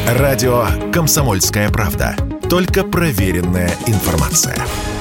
Радио «Комсомольская правда». Только проверенная информация.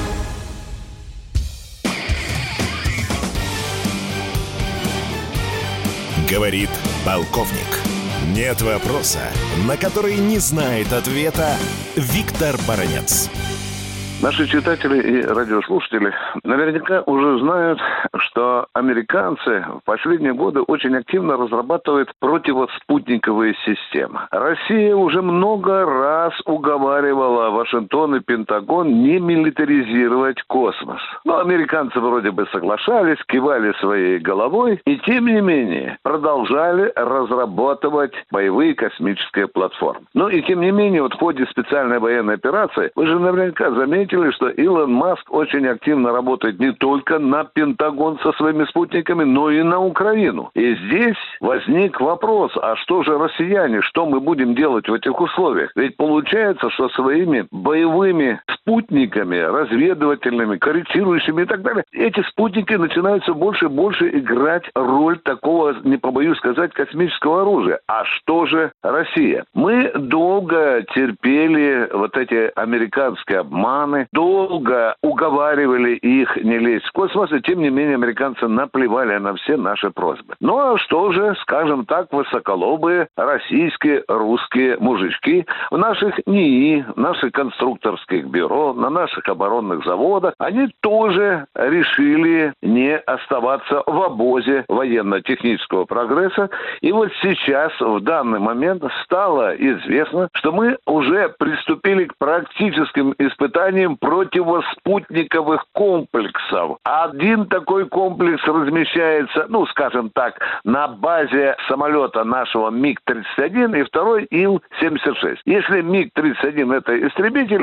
Говорит полковник. Нет вопроса, на который не знает ответа Виктор Баранец. Наши читатели и радиослушатели наверняка уже знают, что американцы в последние годы очень активно разрабатывают противоспутниковые системы. Россия уже много раз уговаривала Вашингтон и Пентагон не милитаризировать космос. Но американцы вроде бы соглашались, кивали своей головой и, тем не менее, продолжали разрабатывать боевые космические платформы. Ну и, тем не менее, вот в ходе специальной военной операции, вы же наверняка заметили, что Илон Маск очень активно работает не только на Пентагон со своими спутниками, но и на Украину. И здесь возник вопрос, а что же россияне, что мы будем делать в этих условиях? Ведь получается, что своими боевыми спутниками, разведывательными, корректирующими и так далее, эти спутники начинают все больше и больше играть роль такого, не побоюсь сказать, космического оружия. А что же Россия? Мы долго терпели вот эти американские обманы, долго уговаривали их не лезть в космос, и тем не менее американцы наплевали на все наши просьбы. Ну а что же, скажем так, высоколобые российские, русские мужички в наших НИИ, в наших конструкторских бюро, на наших оборонных заводах, они тоже решили не оставаться в обозе военно-технического прогресса. И вот сейчас, в данный момент, стало известно, что мы уже приступили к практическим испытаниям противоспутниковых комплексов. Один такой комплекс размещается, скажем так, на базе самолета нашего МиГ-31 и второй Ил-76. Если МиГ-31 это истребитель,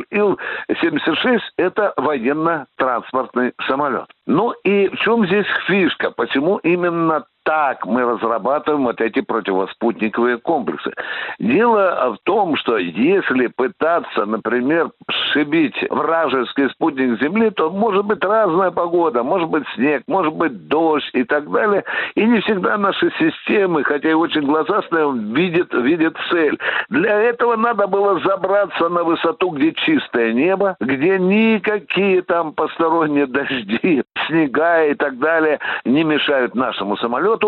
Ил-76 это военно-транспортный самолет. Ну и в чем здесь фишка? Почему именно так мы разрабатываем вот эти противоспутниковые комплексы? Дело в том, что если пытаться, например, сшибить вражеский спутник Земли, то может быть разная погода, может быть снег, может быть дождь и так далее. И не всегда наши системы, хотя и очень глазастые, видят цель. Для этого надо было забраться на высоту, где чистое небо, где никакие там посторонние дожди, снега и так далее не мешают нашему самолету.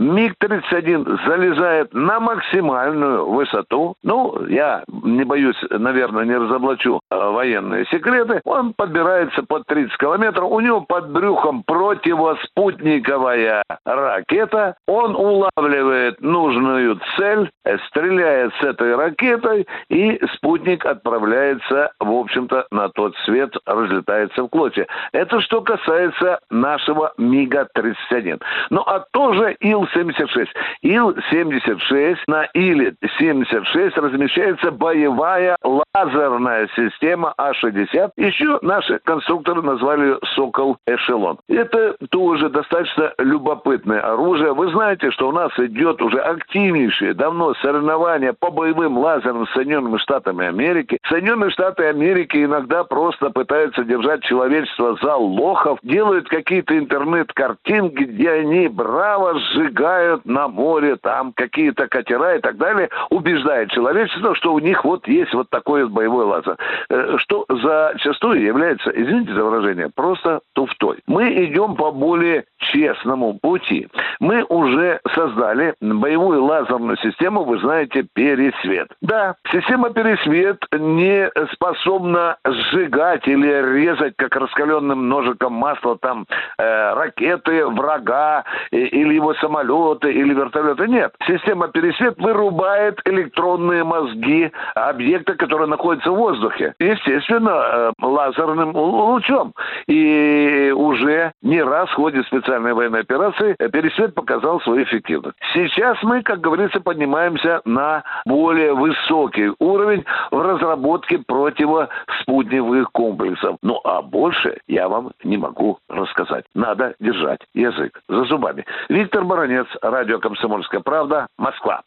МиГ-31 залезает на максимальную высоту. Я не боюсь, наверное, не разоблачу военные секреты. Он подбирается под 30 километров. У него под брюхом противоспутниковая ракета. Он улавливает нужную цель, стреляет с этой ракетой, и спутник отправляется, в общем-то, на тот свет, разлетается в клочья. Это что касается нашего МиГа-31. А тоже Ил-76. Ил-76, на Иле-76 размещается боевая лазерная система А-60. Еще наши конструкторы назвали ее «Сокол-Эшелон». Это тоже достаточно любопытное оружие. Вы знаете, что у нас идет уже активнейшее давно соревнование по боевым лазерам с Соединенными Штатами Америки. Соединенные Штаты Америки иногда просто пытаются держать человечество за лохов, делают какие-то интернет-картинки, где они браво сжигают на море там какие-то катера и так далее, убеждая человечество, что у них есть такой боевой лазер. Что зачастую является, извините за выражение, просто туфтой. Мы идем по более честному пути. Мы уже создали боевую лазерную систему, вы знаете, Пересвет. Да, система Пересвет не способна сжигать или резать, как раскаленным ножиком масла, ракеты врага или его самолеты, или вертолеты. Нет. Система Пересвет вырубает электронные мозги объекта, который находится в воздухе. Естественно, лазерным лучом. И уже не раз в ходе специальной военной операции Пересвет показал свою эффективность. Сейчас мы, как говорится, поднимаемся на более высокий уровень в разработке противоспутниковых комплексов. А больше я вам не могу рассказать. Надо держать язык за зубами. Виктор Баранец, радио «Комсомольская правда», Москва.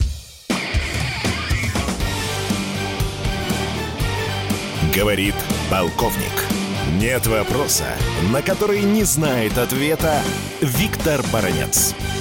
Говорит полковник. Нет вопроса, на который не знает ответа Виктор Баранец.